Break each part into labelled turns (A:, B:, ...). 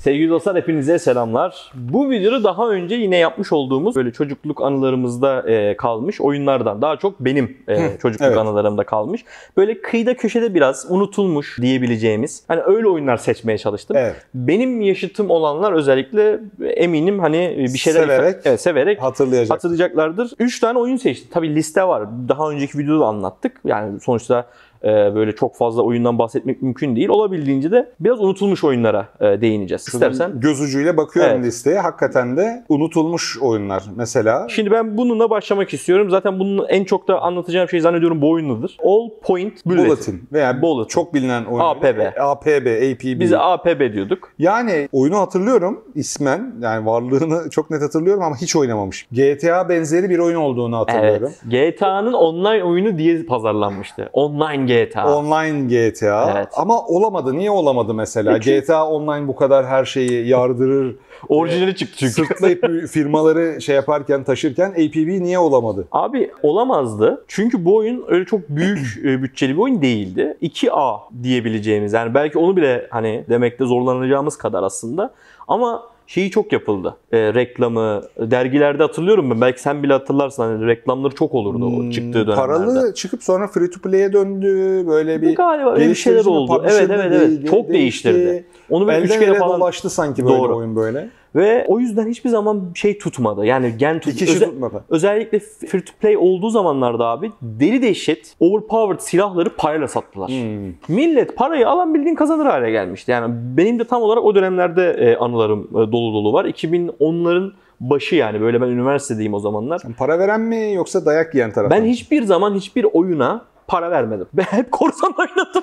A: Sevgili dostlar, hepinize selamlar. Bu videoda daha önce yine yapmış olduğumuz böyle çocukluk anılarımızda kalmış oyunlardan, daha çok benim çocukluk anılarımda kalmış. Böyle kıyıda köşede biraz unutulmuş diyebileceğimiz hani öyle oyunlar seçmeye çalıştım.
B: Evet.
A: Benim yaşıtım olanlar özellikle eminim hani bir şeyler severek hatırlayacaklardır. 3 tane oyun seçtim. Tabii liste var. Daha önceki videoda anlattık. Yani sonuçta böyle çok fazla oyundan bahsetmek mümkün değil. Olabildiğince de biraz unutulmuş oyunlara değineceğiz. İstersen.
B: Göz ucuyla bakıyorum listeye. Hakikaten de unutulmuş oyunlar mesela.
A: Şimdi ben bununla başlamak istiyorum. Zaten bunun en çok da anlatacağım şey zannediyorum bu oyundur. All Point Bulletin.
B: Veya çok bilinen oyun. APB.
A: Biz APB diyorduk.
B: Yani oyunu hatırlıyorum ismen. Yani varlığını çok net hatırlıyorum ama hiç oynamamışım. GTA benzeri bir oyun olduğunu hatırlıyorum.
A: Evet. GTA'nın online oyunu diye pazarlanmıştı. Online GTA.
B: Online GTA.
A: Evet.
B: Ama olamadı. Niye olamadı mesela? GTA Online bu kadar her şeyi yardırır.
A: Orijinali çıktı çünkü.
B: Sırtlayıp firmaları yaparken, taşırken APB niye olamadı?
A: Abi olamazdı. Çünkü bu oyun öyle çok büyük bütçeli bir oyun değildi. 2A diyebileceğimiz, yani belki onu bile hani demekte zorlanacağımız kadar aslında. Ama şeyi çok yapıldı. Reklamı, dergilerde hatırlıyorum ben. Belki sen bile hatırlarsın. Hani reklamları çok olurdu o çıktığı dönemlerde.
B: Paralı çıkıp sonra free to play'e döndü. Böyle bir
A: galiba öyle bir şeyler oldu. Evet. Çok değiştirdi. Onu ben 3 kere falan
B: dolaştı sanki böyle oyun böyle.
A: Ve o yüzden hiçbir zaman şey tutmadı. Yani gen
B: tutmadı.
A: Özellikle free to play olduğu zamanlarda abi deli dehşet overpowered silahları parayla sattılar. Millet parayı alan bildiğin kazanır hale gelmişti. Yani benim de tam olarak o dönemlerde anılarım dolu dolu var. 2010'ların başı, yani böyle ben üniversitedeyim o zamanlar.
B: Sen para veren mi yoksa dayak yiyen taraf mı?
A: Ben hiçbir zaman hiçbir oyuna para vermedim. Ben hep korsan oynadım.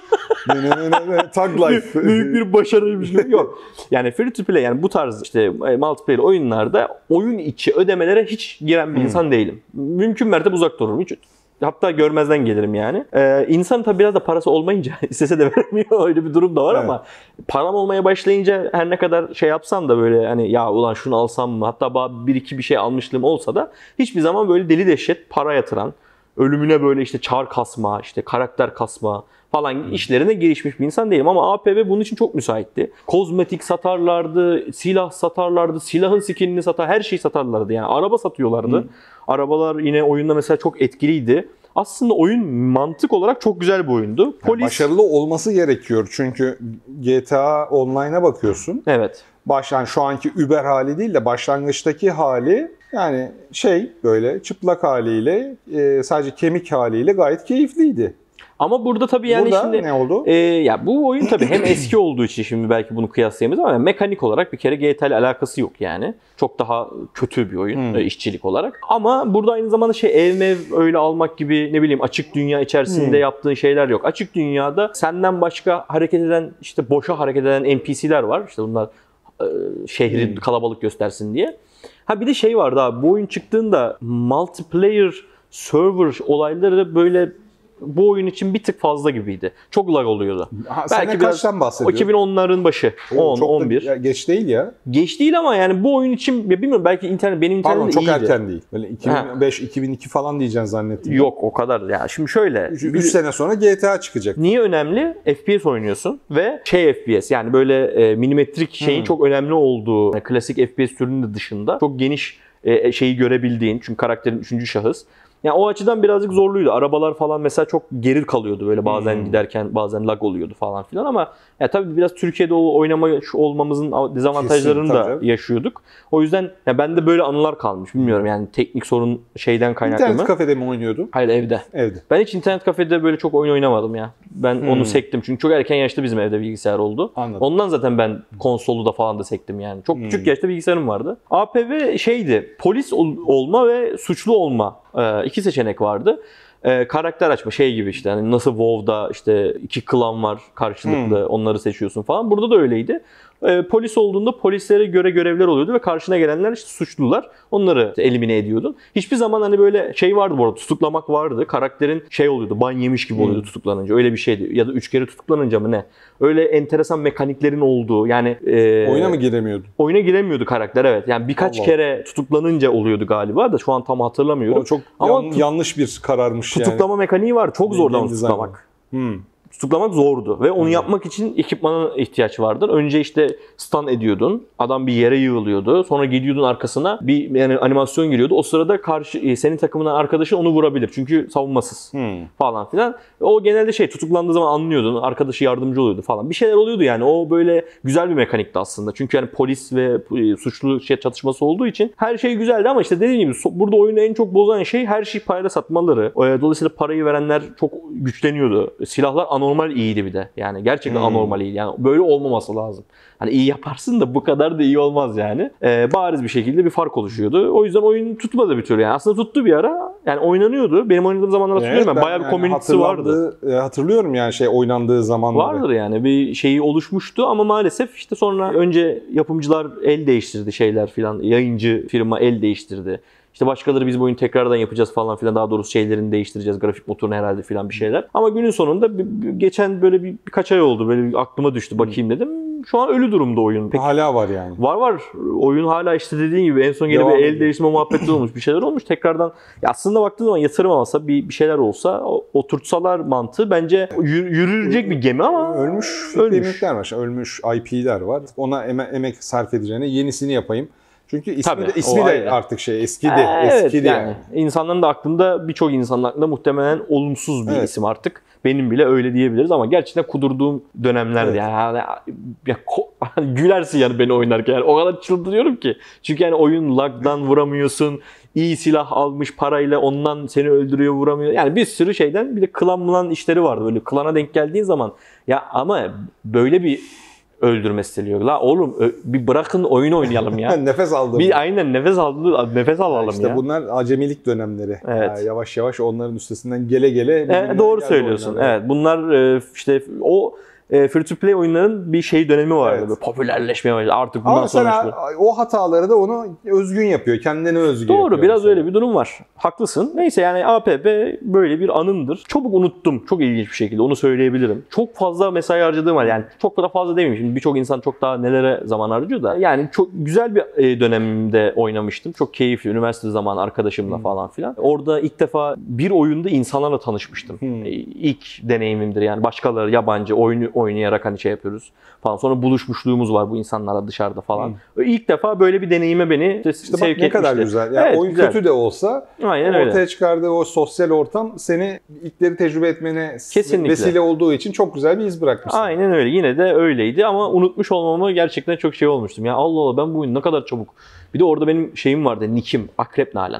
B: Tag Life.
A: Büyük bir başarıymış gibi. Yok. Yani free to play, yani bu tarz işte multiplayer oyunlarda oyun içi ödemelere hiç giren bir insan değilim. Mümkün mertebe uzak dururum. Hiç, hatta görmezden gelirim yani. İnsan tabii biraz da parası olmayınca istese de veremiyor. Öyle bir durum da var ama param olmaya başlayınca her ne kadar şey yapsam da böyle hani ya ulan şunu alsam mı? Hatta bir iki bir şey almışlığım olsa da hiçbir zaman böyle deli dehşet para yatıran, ölümüne böyle işte çar kasma, işte karakter kasma falan işlerine girişmiş bir insan değilim. Ama APB bunun için çok müsaitti. Kozmetik satarlardı, silah satarlardı, silahın skinini satar, her şeyi satarlardı. Yani araba satıyorlardı. Arabalar yine oyunda mesela çok etkiliydi. Aslında oyun mantık olarak çok güzel bir oyundu.
B: Başarılı olması gerekiyor. Çünkü GTA Online'a bakıyorsun.
A: Evet.
B: Şu anki Uber hali değil de başlangıçtaki hali, yani böyle çıplak haliyle, sadece kemik haliyle gayet keyifliydi.
A: Ama burada tabii yani
B: burada
A: şimdi
B: ne oldu?
A: Ya bu oyun tabii hem eski olduğu için şimdi belki bunu kıyaslayamayız ama mekanik olarak bir kere GTA ile alakası yok yani. Çok daha kötü bir oyun işçilik olarak. Ama burada aynı zamanda ev öyle almak gibi, ne bileyim, açık dünya içerisinde yaptığın şeyler yok. Açık dünyada senden başka hareket eden, işte boşa hareket eden NPC'ler var. İşte bunlar şehri kalabalık göstersin diye. Ha bir de vardı abi, bu oyun çıktığında multiplayer server olayları böyle bu oyun için bir tık fazla gibiydi. Çok lag oluyordu.
B: Belki kaçtan bahsediyorsun?
A: 2010'ların başı. 10, 11.
B: Geç değil ya.
A: Geç değil ama yani bu oyun için bilmiyorum, belki benim internetim
B: çok
A: iyiydi.
B: erken değil. Böyle 2005, 2002 falan diyeceksin zannettim.
A: Yok o kadar. Ya şimdi şöyle.
B: 3 sene sonra GTA çıkacak.
A: Niye önemli? FPS oynuyorsun ve FPS, yani böyle milimetrik şeyin çok önemli olduğu, yani klasik FPS türünün dışında çok geniş şeyi görebildiğin, çünkü karakterin 3. şahıs. Yani o açıdan birazcık zorluydu. Arabalar falan mesela çok geri kalıyordu böyle bazen giderken, bazen lag oluyordu falan filan ama ya tabii biraz Türkiye'de oynamış olmamızın dezavantajlarını da yaşıyorduk. O yüzden ya bende böyle anılar kalmış. Bilmiyorum yani teknik sorun kaynaklı mı?
B: İnternet kafede mi oynuyordun?
A: Hayır, evde. Ben hiç internet kafede böyle çok oyun oynamadım ya. Ben onu sektim çünkü çok erken yaşta bizim evde bilgisayar oldu.
B: Anladım.
A: Ondan zaten ben konsolu da falan da sektim yani. Çok küçük yaşta bilgisayarım vardı. APV polis olma ve suçlu olma. 2 seçenek vardı. Karakter açma gibi işte, hani nasıl WoW'da işte 2 klan var karşılıklı, onları seçiyorsun falan. Burada da öyleydi. Polis olduğunda polislere göre görevler oluyordu ve karşına gelenler işte suçlular. Onları elimine ediyordun. Hiçbir zaman hani böyle vardı bu arada, tutuklamak vardı. Karakterin oluyordu, ban yemiş gibi oluyordu tutuklanınca. Öyle bir şeydi. Ya da 3 kere tutuklanınca mı ne? Öyle enteresan mekaniklerin olduğu, yani
B: oyuna mı giremiyordu?
A: Oyuna giremiyordu karakter, evet. Yani birkaç kere tutuklanınca oluyordu galiba da şu an tam hatırlamıyorum.
B: O çok yanlış bir kararmış
A: tutuklama mekaniği var. Çok zordu ama tutuklamak. tutuklamak zordu ve onu yapmak için ekipmana ihtiyaç vardır. Önce işte stun ediyordun. Adam bir yere yığılıyordu. Sonra gidiyordun arkasına bir yani animasyon giriyordu. O sırada karşı senin takımından arkadaşın onu vurabilir. Çünkü savunmasız falan filan. O genelde tutuklandığı zaman anlıyordun. Arkadaşı yardımcı oluyordu falan. Bir şeyler oluyordu yani. O böyle güzel bir mekanikti aslında. Çünkü yani polis ve suçlu çatışması olduğu için her şey güzeldi ama işte dediğim gibi burada oyunu en çok bozan şey her şeyi parayla satmaları. Dolayısıyla parayı verenler çok güçleniyordu. Silahlar anormal iyiydi bir de. Yani gerçekten anormal iyiydi. Yani böyle olmaması lazım. Hani iyi yaparsın da bu kadar da iyi olmaz yani. Bariz bir şekilde bir fark oluşuyordu. O yüzden oyun tutmadı bir türlü yani. Aslında tuttu bir ara. Yani oynanıyordu. Benim oynadığım zamanlar hatırlıyorum ben. Bayağı bir community'si vardı.
B: Hatırlıyorum yani oynandığı zamanları.
A: Vardır yani. Bir şeyi oluşmuştu ama maalesef işte sonra önce yapımcılar el değiştirdi şeyler filan. Yayıncı firma el değiştirdi. İşte başkaları biz bu oyunu tekrardan yapacağız falan filan. Daha doğrusu şeylerini değiştireceğiz. Grafik motorunu herhalde filan bir şeyler. Ama günün sonunda geçen böyle birkaç ay oldu. Böyle aklıma düştü bakayım dedim. Şu an ölü durumda oyun.
B: Hala var yani.
A: Var. Oyun hala işte dediğin gibi en son gelip bir el değiştirme muhabbeti olmuş. Bir şeyler olmuş. Tekrardan ya aslında baktığın zaman yatırım alsa bir şeyler olsa oturtsalar mantığı bence yürüyecek bir gemi ama
B: ölmüş filmler var. Ölmüş IP'ler var. Ona emek sarf edeceğine yenisini yapayım. Çünkü ismi de artık eskidi.
A: Evet
B: eskidi
A: yani. İnsanların da aklında birçok insanın aklında muhtemelen olumsuz bir isim artık. Benim bile öyle diyebiliriz ama gerçekten kudurduğum dönemlerdi. Yani gülersin yani beni oynarken. Yani o kadar çıldırıyorum ki. Çünkü yani oyun lag'dan vuramıyorsun. İyi silah almış parayla ondan seni öldürüyor vuramıyor. Yani bir sürü şeyden bir de klan işleri vardı. Böyle klana denk geldiğin zaman ya ama böyle bir öldürme istiliyor. La oğlum bir bırakın oyun oynayalım ya.
B: Nefes aldım.
A: Aynen nefes alalım
B: işte
A: ya.
B: Bunlar acemilik dönemleri.
A: Evet.
B: Yani yavaş yavaş onların üstesinden gele.
A: Doğru söylüyorsun. Evet. Bunlar işte o free to play oyunların bir dönemi vardı. Evet. Böyle popülerleşmeye başladı. Artık bundan sonra
B: mesela o hataları da onu özgün yapıyor. Kendine özgü
A: doğru,
B: yapıyor.
A: Biraz öyle bir durum var. Haklısın. Neyse yani APP böyle bir anımdır. Çabuk unuttum. Çok ilginç bir şekilde onu söyleyebilirim. Çok fazla mesai harcadığım var. Yani çok da fazla demeyeyim. Şimdi birçok insan çok daha nelere zaman harcıyor da. Yani çok güzel bir dönemde oynamıştım. Çok keyifli. Üniversite zamanı arkadaşımla falan filan. Orada ilk defa bir oyunda insanlarla tanışmıştım. İlk deneyimimdir yani. Başkaları yabancı oynayarak hani yapıyoruz falan. Sonra buluşmuşluğumuz var bu insanlarla dışarıda falan. İlk defa böyle bir deneyime beni sevk etmişti.
B: Ne kadar güzel. Yani evet, oyun güzel. Kötü de olsa ortaya çıkardığı o sosyal ortam seni ilkleri tecrübe etmene vesile olduğu için çok güzel bir iz bırakmış.
A: Aynen öyle. Yine de öyleydi ama unutmuş olmama gerçekten çok olmuştum. Ya Allah Allah ben bu oyunu ne kadar çabuk. Bir de orada benim şeyim vardı. Nick'im Akrep Nalan.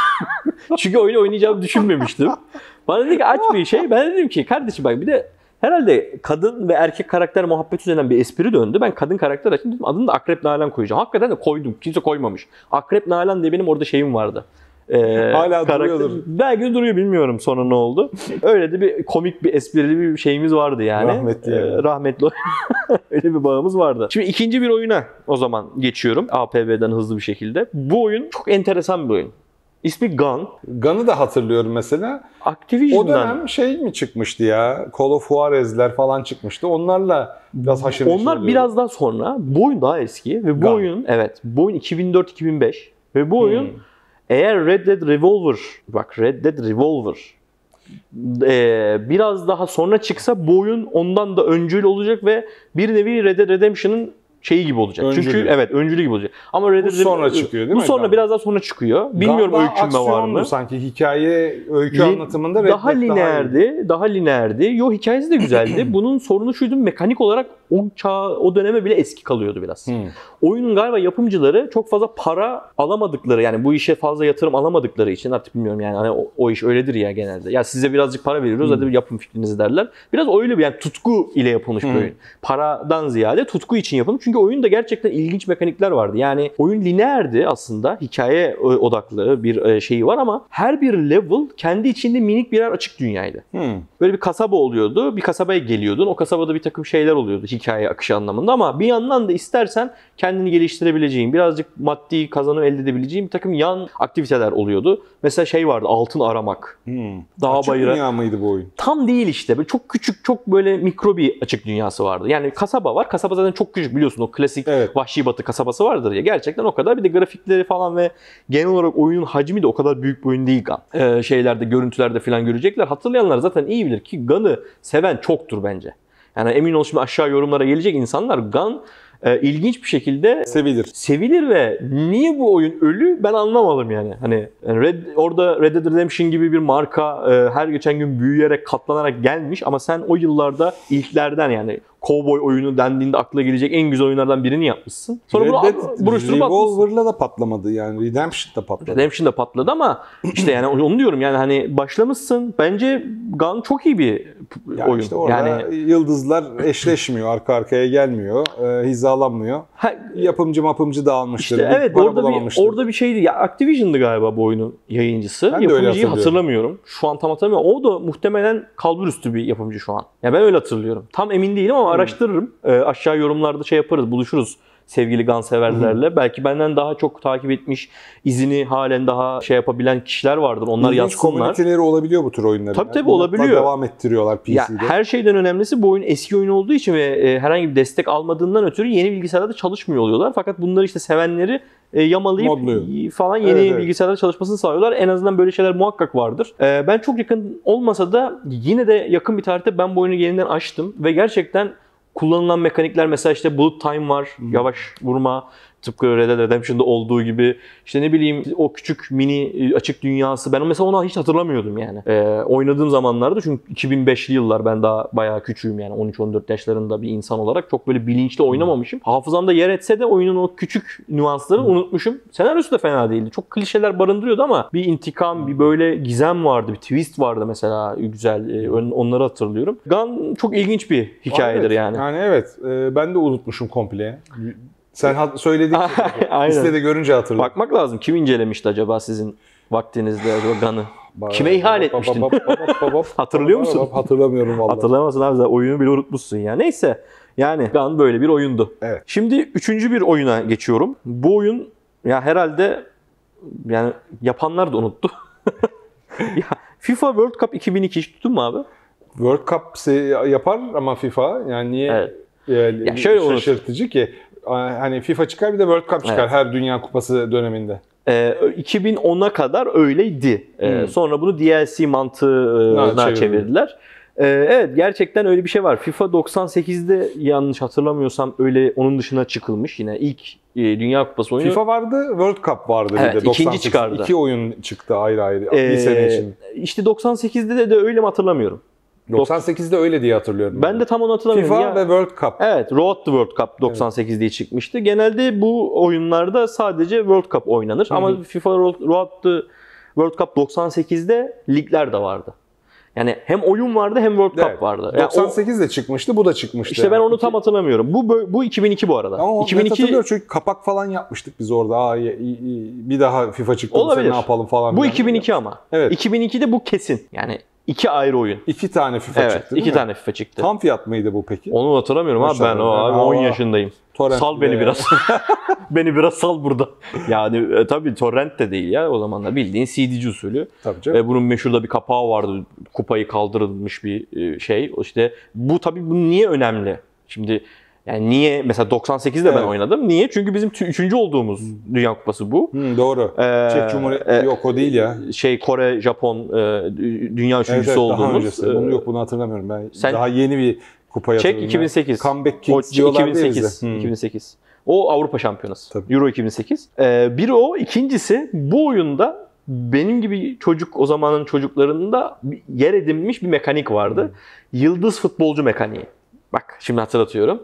A: Çünkü oyunu oynayacağımı düşünmemiştim. Bana dedi ki aç bir şey. Ben dedim ki kardeşim bak bir de herhalde kadın ve erkek karakter muhabbeti üzerinden bir espri döndü. Ben kadın karakter açtım dedim adını da Akrep Nalan koyacağım. Hakikaten de koydum. Kimse koymamış. Akrep Nalan diye benim orada şeyim vardı.
B: Hala duruyordur.
A: Belki de duruyor bilmiyorum sonra ne oldu. Öyle de bir komik bir esprili bir şeyimiz vardı yani.
B: Rahmetli.
A: Rahmetli. Öyle bir bağımız vardı. Şimdi ikinci bir oyuna o zaman geçiyorum. APV'den hızlı bir şekilde. Bu oyun çok enteresan bir oyun. İsmi Gun.
B: Gun'ı da hatırlıyorum mesela.
A: Activision'dan.
B: O dönem mi çıkmıştı ya? Call of Juarez'ler falan çıkmıştı. Onlarla biraz haşır neşir
A: Onlar biraz daha sonra. Bu oyun daha eski ve bu oyun bu oyun 2004-2005 ve bu oyun eğer Red Dead Revolver biraz daha sonra çıksa bu oyun ondan da öncül olacak ve bir nevi Red Dead Redemption'ın şeyi gibi olacak.
B: Öncülü.
A: Çünkü öncülü gibi olacak. Ama Red Dead
B: sonra çıkıyor değil mi?
A: Bu sonra biraz daha sonra çıkıyor. Bilmiyorum öykünme var mı?
B: Sanki hikaye öykü anlatımında Red
A: daha lineerdi. Yo hikayesi de güzeldi. Bunun sorunu şuydu mekanik olarak o döneme bile eski kalıyordu biraz. Oyunun galiba yapımcıları çok fazla para alamadıkları yani bu işe fazla yatırım alamadıkları için artık bilmiyorum yani hani o iş öyledir ya genelde. Ya size birazcık para veriyoruz hadi yapın fikrinizi derler. Biraz öyle bir yani tutku ile yapılmış bir oyun. Paradan ziyade tutku için yapılmış. Çünkü oyunda gerçekten ilginç mekanikler vardı. Yani oyun lineerdi aslında. Hikaye odaklı bir şeyi var ama her bir level kendi içinde minik birer açık dünyaydı. Böyle bir kasaba oluyordu. Bir kasabaya geliyordun. O kasabada bir takım şeyler oluyordu. hikaye akışı anlamında ama bir yandan da istersen kendini geliştirebileceğin, birazcık maddi kazanım elde edebileceğin bir takım yan aktiviteler oluyordu. Mesela şey vardı, altın aramak. Dağ
B: Açık
A: bayıra.
B: dünya mıydı bu oyun?
A: Tam değil işte. Böyle çok küçük, çok böyle mikro bir açık dünyası vardı. Yani kasaba var. Kasaba zaten çok küçük, biliyorsun. O klasik
B: Evet.
A: Vahşi Batı kasabası vardır ya. Gerçekten o kadar. Bir de grafikleri falan ve genel olarak oyunun hacmi de o kadar büyük bir oyun değil Gun. Şeylerde, görüntülerde falan görecekler. Hatırlayanlar zaten iyi bilir ki Gun'ı seven çoktur bence. Yani emin ol şimdi aşağı yorumlara gelecek insanlar Gun ilginç bir şekilde sevilir ve niye bu oyun ölü ben anlamadım yani. Hani orada Red Dead Redemption gibi bir marka her geçen gün büyüyerek, katlanarak gelmiş ama sen o yıllarda ilklerden yani Cowboy oyunu dendiğinde akla gelecek en güzel oyunlardan birini yapmışsın. Sonra
B: Red
A: bunu
B: Dead
A: buruşturup atmışsın.
B: Revolver'la da patlamadı yani. Redemption da patladı.
A: Redemption da patladı ama işte yani onu diyorum yani hani başlamışsın. Bence Gun çok iyi bir
B: yani
A: oyun.
B: işte orada
A: yani
B: yıldızlar eşleşmiyor, arka arkaya gelmiyor, hizalanmıyor. Yapımcı dağılmıştır.
A: İşte evet orada bir şeydi. Ya Activision'dı galiba bu oyunun yayıncısı.
B: Ben de öyle
A: Yapımcıyı
B: hatırlıyorum.
A: hatırlamıyorum. Şu an tam hatırlamıyorum. O da muhtemelen kalburüstü bir yapımcı şu an. Ya ben öyle hatırlıyorum. Tam emin değilim ama araştırırım. Aşağı yorumlarda şey yaparız, buluşuruz sevgili Gun severlerle. Belki benden daha çok takip etmiş, izini halen daha şey yapabilen kişiler vardır. Onlar
B: İlginç
A: yazsınlar.
B: komüniteleri olabiliyor bu tür oyunların.
A: Tabii olabiliyor.
B: Devam ettiriyorlar PC'de.
A: Ya, her şeyden önemlisi bu oyun eski oyun olduğu için ve herhangi bir destek almadığından ötürü yeni bilgisayarlarda çalışmıyor oluyorlar. Fakat bunları işte sevenleri yamalayıp
B: Modluyor.
A: falan yeni
B: Evet.
A: bilgisayarlarda çalışmasını sağlıyorlar. En azından böyle şeyler muhakkak vardır. Ben çok yakın olmasa da yine de yakın bir tarihte ben bu oyunu yeniden açtım ve gerçekten kullanılan mekanikler mesela işte bullet time var, yavaş vurma, tıpkı Red Dead Redemption'da olduğu gibi. İşte ne bileyim o küçük mini açık dünyası. Ben mesela onu hiç hatırlamıyordum yani. Oynadığım zamanlarda çünkü 2005'li yıllar ben daha bayağı küçüğüm yani 13-14 yaşlarında bir insan olarak çok böyle bilinçli oynamamışım. Hafızamda yer etse de oyunun o küçük nüanslarını unutmuşum. Senaryosu da fena değildi. Çok klişeler barındırıyordu ama bir intikam, bir böyle gizem vardı, bir twist vardı mesela güzel. Onları hatırlıyorum. Gun çok ilginç bir hikayedir
B: evet.
A: yani.
B: Yani evet. Ben de unutmuşum komple. Sen söyledin.
A: Aynen.
B: Listede görünce hatırladım.
A: Bakmak lazım. Kim incelemişti acaba sizin vaktinizde acaba Gun'ı? Kime ihale etmiştin? Hatırlıyor musun?
B: Hatırlamıyorum vallahi.
A: Hatırlamazsın abi. Oyunu bile unutmuşsun ya. Neyse. Yani Gun böyle bir oyundu.
B: Evet.
A: Şimdi üçüncü bir oyuna geçiyorum. Bu oyun ya herhalde yani yapanlar da unuttu. Ya, FIFA World Cup 2002 hiç tuttun mu abi?
B: World Cup yapar ama FIFA yani niye
A: Ya şöyle
B: şaşırtıcı ki hani FIFA çıkar bir de World Cup çıkar her Dünya Kupası döneminde.
A: 2010'a kadar öyleydi. Sonra bunu DLC mantığına çevirdiler. Evet gerçekten öyle bir şey var. FIFA 98'de yanlış hatırlamıyorsam öyle onun dışına çıkılmış yine ilk Dünya Kupası oyunu.
B: FIFA vardı, World Cup vardı
A: evet,
B: bir de.
A: İkinci çıkardı.
B: 2 oyun çıktı ayrı ayrı bir sene için.
A: İşte 98'de de öyle mi hatırlamıyorum.
B: 98'de öyle diye hatırlıyorum.
A: Ben de tam onu hatırlamıyorum.
B: FIFA ve World Cup.
A: Evet, Road to World Cup 98 diye çıkmıştı. Genelde bu oyunlarda sadece World Cup oynanır. Ama FIFA Road to World Cup 98'de ligler de vardı. Yani hem oyun vardı hem World Cup vardı.
B: 98'de çıkmıştı, bu da çıkmıştı.
A: İşte ben onu tam hatırlamıyorum. Bu 2002 bu arada.
B: Ama
A: 2002
B: hatırlıyorum çünkü kapak falan yapmıştık biz orada. Bir daha FIFA çıktı,
A: olabilir.
B: Ne yapalım falan.
A: Bu 2002 ama.
B: Evet.
A: 2002'de bu kesin. Yani 2 ayrı oyun.
B: 2 tane FIFA çıktı değil
A: 2
B: mi?
A: tane FIFA çıktı.
B: Tam fiyat mıydı bu peki?
A: Onu hatırlamıyorum abi ben 10 yaşındayım.
B: Torrent
A: sal beni biraz. Beni biraz sal burada. Yani tabii torrent de değil ya o zamanlar bildiğin CD'ci usulü.
B: Tabii canım.
A: Bunun meşhur da bir kapağı vardı. Kupayı kaldırılmış bir şey. İşte bu tabii bu niye önemli? Şimdi yani niye mesela 98'de ben oynadım. Niye? Çünkü bizim 3. olduğumuz Dünya Kupası bu.
B: Doğru. Çek Cumhuriyeti yok o değil ya.
A: Kore, Japon dünya üçüncüsü olduğumuz.
B: Bunu yok bunu hatırlamıyorum ben. Daha yeni bir kupa yatırdım.
A: Çek 2008.
B: Comeback Kings diyorlar
A: 2008. 2008. O Avrupa Şampiyonası.
B: Tabii.
A: Euro 2008. Biri o. İkincisi bu oyunda benim gibi çocuk o zamanın çocuklarında yer edinmiş bir mekanik vardı. Yıldız futbolcu mekaniği. Bak şimdi hatırlatıyorum.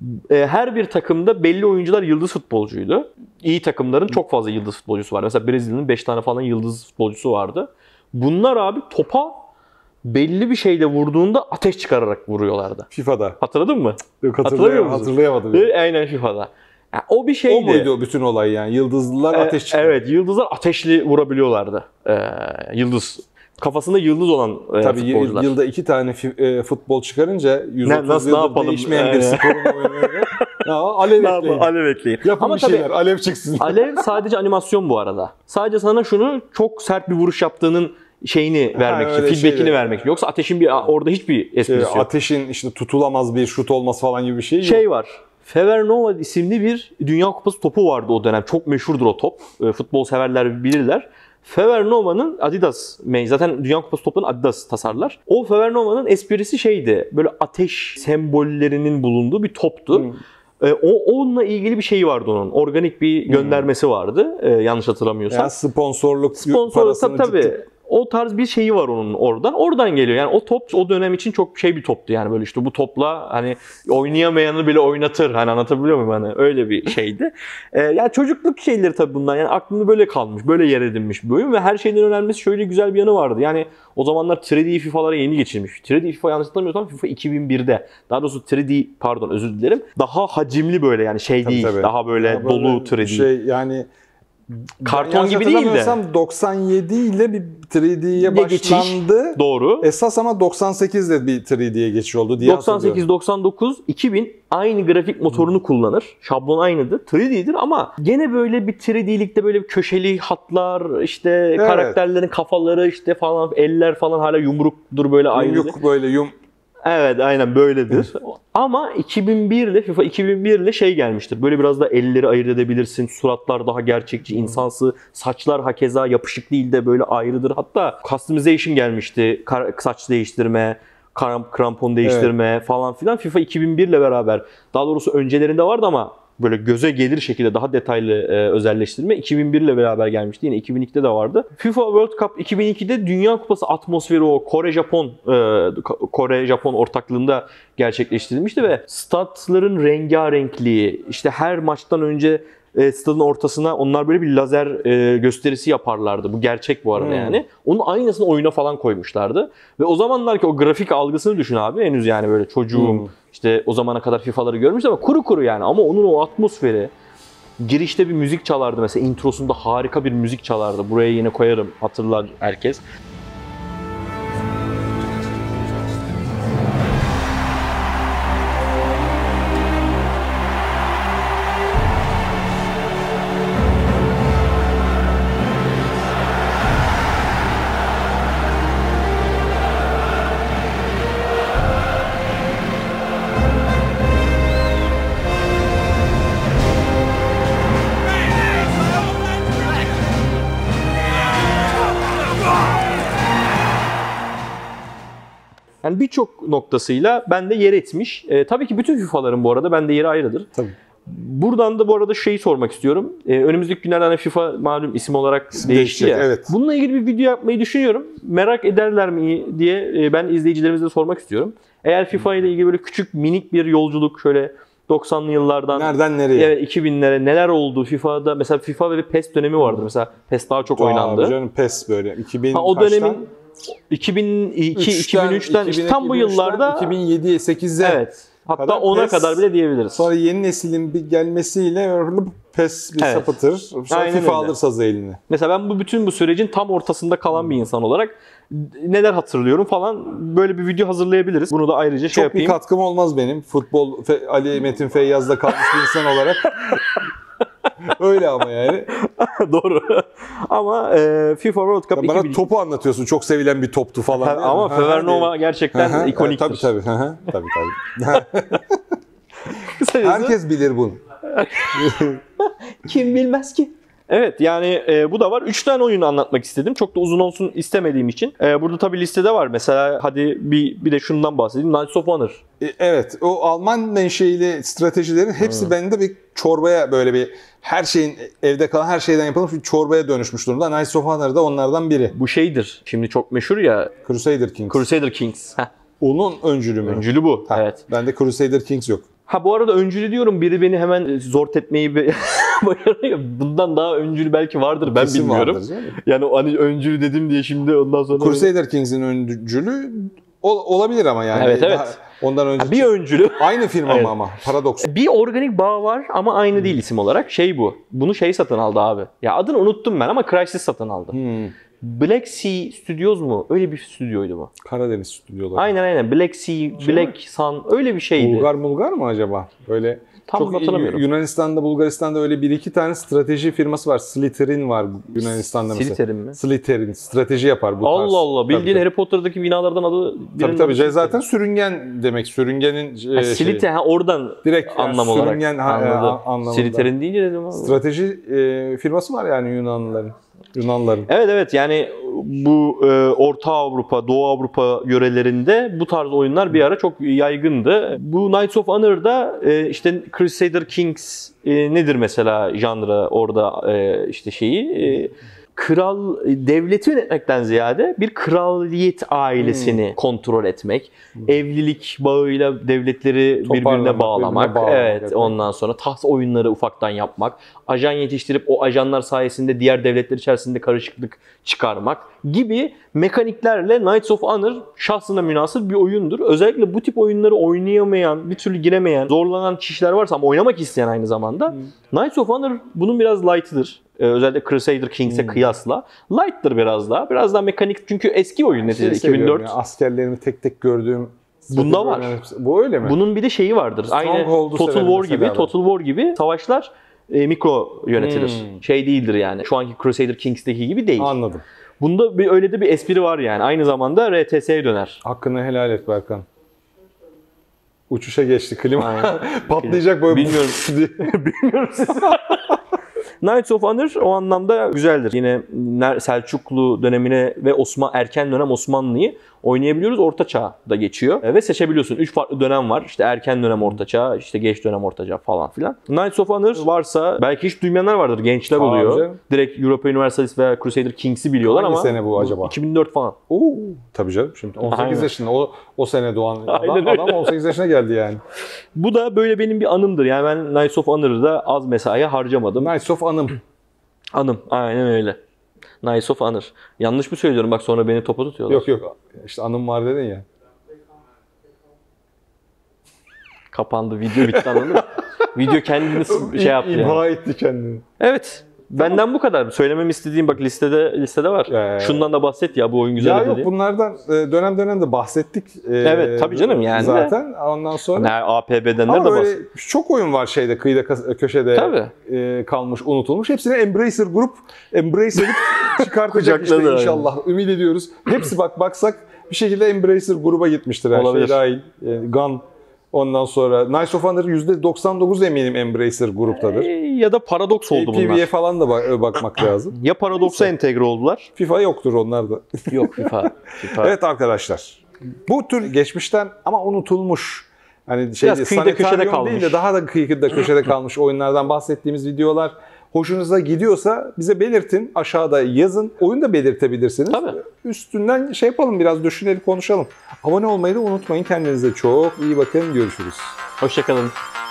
A: Her bir takımda belli oyuncular yıldız futbolcuydu. İyi takımların çok fazla yıldız futbolcusu var. Mesela Brezilya'nın 5 tane falan yıldız futbolcusu vardı. Bunlar abi topa belli bir şeyle vurduğunda ateş çıkararak vuruyorlardı.
B: FIFA'da.
A: Hatırladın mı?
B: Yok
A: hatırlayamadım. Aynen FIFA'da. Yani o bir şeydi.
B: O muydu bütün olay yani? Yıldızlılar ateş çıkarıyor.
A: Evet, yıldızlar ateşli vurabiliyorlardı. Yıldız kafasında yıldız olan
B: Tabii
A: futbolcular.
B: yılda 2 tane futbol çıkarınca 130
A: nasıl,
B: yıldır
A: ne yapalım?
B: değişmeyen bir sporun oynuyor. Alev ekleyin.
A: Alev ekleyin.
B: Yapın
A: Ama
B: bir şeyler, alev çıksın.
A: alev sadece animasyon bu arada. Sadece sana şunu, çok sert bir vuruş yaptığının şeyini vermek için, feedback'ini vermek için. Yoksa ateşin orada hiçbir esprisi yok.
B: Ateşin işte tutulamaz bir şut olması falan gibi bir şey yok.
A: Şey var. Fevernova isimli bir Dünya Kupası topu vardı o dönem. Çok meşhurdur o top. Futbol severler bilirler. Fevernova'nın Adidas, zaten Dünya Kupası toplarını Adidas tasarlar. O Fevernova'nın esprisi şeydi. Böyle ateş sembollerinin bulunduğu bir toptu. Onunla ilgili bir şey vardı onun. Organik bir göndermesi vardı. Yanlış hatırlamıyorsam.
B: Yani sponsorluk parasını
A: tabii. O tarz bir şeyi var onun oradan. Oradan geliyor. Yani o top o dönem için çok şey bir toptu yani, böyle işte bu topla hani oynayamayanı bile oynatır. Hani anlatabiliyor muyum hani, öyle bir şeydi. Yani çocukluk şeyleri tabii bundan. Yani aklımda böyle kalmış, böyle yer edinmiş bir oyun ve her şeyden önemlisi şöyle güzel bir yanı vardı. Yani o zamanlar 3D FIFA'lara yeni geçilmiş. 3D FIFA, yanlış hatırlamıyorsam FIFA 2001'de. Daha doğrusu 3D, pardon özür dilerim. Daha hacimli böyle, yani şey değil.
B: Tabii.
A: Daha böyle dolu 3D.
B: Şey yani
A: karton gibi değil de.
B: 97 ile bir 3D'ye başlandı.
A: Doğru.
B: Esas ama 98'de bir 3D'ye geçiş oldu diye
A: 98, 99, 2000 aynı grafik motorunu kullanır. Şablon aynıdır. 3D'dir ama gene böyle bir 3D'likte böyle bir köşeli hatlar, işte karakterlerin kafaları işte falan, eller falan hala yumruktur böyle ayrı.
B: Yumruk böyle
A: Evet, aynen böyledir. Ama 2001 ile FIFA 2001 ile şey gelmiştir. Böyle biraz da elleri ayırt edebilirsin. Suratlar daha gerçekçi, insansı. Saçlar hakeza yapışık değil de böyle ayrıdır. Hatta customization gelmişti. Saç değiştirme, krampon değiştirme falan filan. FIFA 2001 ile beraber. Daha doğrusu öncelerinde vardı ama böyle göze gelir şekilde daha detaylı özelleştirme 2001 ile beraber gelmişti. Yine 2002'de de vardı. FIFA World Cup 2002'de Dünya Kupası atmosferi o Kore-Japon ortaklığında gerçekleştirilmişti ve statların rengarenkliği, işte her maçtan önce stadın ortasına onlar böyle bir lazer gösterisi yaparlardı. Bu gerçek bu arada yani. Onun aynısını oyuna falan koymuşlardı. Ve o zamanlar ki o grafik algısını düşün abi. Henüz yani böyle çocuğum işte o zamana kadar FIFA'ları görmüş ama kuru kuru yani. Ama onun o atmosferi, girişte bir müzik çalardı mesela. Introsunda harika bir müzik çalardı. Buraya yine koyarım, hatırlar herkes. Yani birçok noktasıyla bende yer etmiş. Tabii ki bütün FIFA'ların bu arada bende yeri ayrıdır.
B: Tabii.
A: Buradan da bu arada şeyi sormak istiyorum. Önümüzdeki günlerden hani FIFA malum isim olarak değişti ya.
B: Evet.
A: Bununla ilgili bir video yapmayı düşünüyorum. Merak ederler mi diye ben izleyicilerimize de sormak istiyorum. Eğer FIFA ile ilgili böyle küçük minik bir yolculuk, şöyle 90'lı yıllardan
B: nereden nereye?
A: Evet, 2000'lere neler oldu FIFA'da, mesela FIFA ve bir PES dönemi vardır. Mesela PES daha çok oynandı.
B: Canım PES böyle 2000
A: o
B: kaçtan?
A: dönemin 2002, 2003'ten işte tam bu yıllarda
B: 2007'ye 8'e
A: evet. Hatta 10'a kadar bile diyebiliriz.
B: Sonra yeni neslin bir gelmesiyle PES bir sapıtır. Sonra FIFA alır sazı eline.
A: Mesela ben bütün bu sürecin tam ortasında kalan bir insan olarak neler hatırlıyorum falan, böyle bir video hazırlayabiliriz. Bunu da ayrıca
B: çok
A: yapayım.
B: bir katkım olmaz benim. Futbol Ali Metin Feyyaz'da kalmış bir insan olarak. Öyle ama yani.
A: Doğru. Ama FIFA World Cup
B: bana 2000... topu anlatıyorsun. Çok sevilen bir toptu falan.
A: Ama Fevernova gerçekten ikoniktir.
B: Tabii. Herkes bilir bunu.
A: Kim bilmez ki? Evet, yani bu da var. 3 tane oyunu anlatmak istedim. Çok da uzun olsun istemediğim için. Burada tabii listede var. Mesela hadi bir de şundan bahsedeyim. Knights of Honor.
B: Evet. O Alman menşeili stratejilerin hepsi bende bir çorbaya, böyle bir her şeyin, evde kalan her şeyden yapılmış bir çorbaya dönüşmüş durumda. Knights of Honor da onlardan biri.
A: Bu şeydir. Şimdi çok meşhur ya.
B: Crusader Kings. Onun öncülü mü?
A: Öncülü bu. Evet.
B: Bende Crusader Kings yok.
A: Bu arada öncülü diyorum, biri beni hemen zor tepmeyi başarıyor. Bundan daha öncülü belki vardır, ben
B: kesin
A: bilmiyorum.
B: Vardır,
A: yani hani öncülü dedim diye şimdi ondan sonra...
B: Crusader Kings'in öncülü olabilir ama yani.
A: Evet.
B: Ondan önce
A: bir öncülü.
B: Aynı firma mı ama? Paradoks.
A: Bir organik bağ var ama aynı değil isim olarak. Bunu satın aldı abi. Ya adını unuttum ben ama Crysis satın aldı. Black Sea Studios mu? Öyle bir stüdyoydu bu.
B: Karadeniz stüdyoları.
A: Aynen. Black Sea, Black Sun öyle bir şeydi.
B: Bulgar mı acaba? Böyle
A: Tam
B: çok
A: hatırlamıyorum.
B: Yunanistan'da, Bulgaristan'da öyle bir iki tane strateji firması var. Slytherin var Yunanistan'da mesela.
A: Slytherin mi?
B: Slytherin strateji yapar bu tarz.
A: Allah Allah. Bildiğin
B: Tabii.
A: Harry Potter'daki binalardan adı.
B: Tabii. Zaten sürüngen demek. Sürüngenin
A: Slytherin oradan
B: direkt
A: anlam olarak.
B: sürüngen
A: Anladım. Slytherin deyince dedim abi.
B: Strateji firması var yani Yunanlıların.
A: Evet yani bu Orta Avrupa, Doğu Avrupa yörelerinde bu tarz oyunlar bir ara çok yaygındı. Bu Knights of Honor'da işte Crusader Kings nedir mesela janrı orada işte şeyi kral devleti yönetmekten ziyade bir kraliyet ailesini kontrol etmek, evlilik bağıyla devletleri birbirine bağlamak, evet, ondan sonra taht oyunları ufaktan yapmak, ajan yetiştirip o ajanlar sayesinde diğer devletler içerisinde karışıklık çıkarmak gibi mekaniklerle Knights of Honor şahsına münasır bir oyundur. Özellikle bu tip oyunları oynayamayan, bir türlü giremeyen, zorlanan kişiler varsa ama oynamak isteyen aynı zamanda Knights of Honor bunun biraz light'ıdır. Özellikle Crusader Kings'e kıyasla. Light'tır biraz daha. Biraz daha mekanik çünkü eski oyun neticede 2004.
B: Ya, askerlerimi tek tek gördüğüm
A: bunda var.
B: Bu öyle mi?
A: Bunun bir de şeyi vardır. Aynı Total War gibi savaşlar mikro yönetilir. Şey değildir yani. Şu anki Crusader Kings'teki gibi değil.
B: Anladım.
A: Bunda öyle de bir espri var yani. Aynı zamanda RTS'ye döner.
B: Hakkını helal et Berkan. Uçuşa geçti klima. Patlayacak böyle.
A: Bilmiyorum. Bilmiyorum siz. Knights of Honor o anlamda güzeldir. Yine Selçuklu dönemine ve erken dönem Osmanlı'yı oynayabiliyoruz. Orta Çağ'da geçiyor. Ve seçebiliyorsun. 3 farklı dönem var. İşte erken dönem Orta Çağ, işte geç dönem Orta Çağ falan filan. Knights of Honor varsa belki hiç duymayanlar vardır. Gençler oluyor.
B: Canım.
A: Direkt Europa Universalis veya Crusader Kings'i biliyorlar ama.
B: Hangi sene bu acaba?
A: 2004 falan.
B: Tabii canım. Şimdi 18
A: Aynen.
B: yaşında o sene doğan
A: Aynen
B: adam 18 yaşına geldi yani.
A: Bu da böyle benim bir anımdır. Yani ben Knights of Honor'da az mesai harcamadım.
B: Knights of Anım.
A: Anım. Aynen öyle. Knights of Honor. Yanlış mı söylüyorum? Bak sonra beni topa tutuyorlar.
B: Yok. İşte anım var dedin ya.
A: Kapandı. Video bitti anladın mı? Video kendini şey yaptı yani.
B: İmha etti kendini.
A: Evet. Benden bu kadar. Söylememi istediğim bak listede var. Şundan da bahset ya bu oyun güzel dedi.
B: Ya yok bunlardan dönem de bahsettik.
A: Evet tabii canım yani.
B: Zaten ondan sonra.
A: Yani APB'denler de bahsettik.
B: Çok oyun var şeyde kıyıda köşede kalmış unutulmuş. Hepsini Embracer Group edip çıkartacak işte inşallah. Ümit ediyoruz. Hepsi baksak bir şekilde Embracer gruba gitmiştir her
A: olabilir.
B: şey dahil. Gun. Ondan sonra Knights of Honor %99 eminim Embracer gruptadır.
A: Ya da Paradox oldu bunlar.
B: PvE'ye falan da bakmak lazım.
A: Ya Paradox'a entegre oldular.
B: FIFA yoktur onlarda.
A: Yok FIFA.
B: Evet arkadaşlar. Bu tür geçmişten ama unutulmuş. Hani
A: biraz kıyıda köşede kalmış.
B: Değil de daha da kıyıda köşede kalmış oyunlardan bahsettiğimiz videolar hoşunuza gidiyorsa bize belirtin. Aşağıda yazın. Oyunu da belirtebilirsiniz.
A: Tabii.
B: Üstünden şey yapalım biraz düşünelim konuşalım. Abone olmayı da unutmayın. Kendinize çok iyi bakın. Görüşürüz.
A: Hoşçakalın.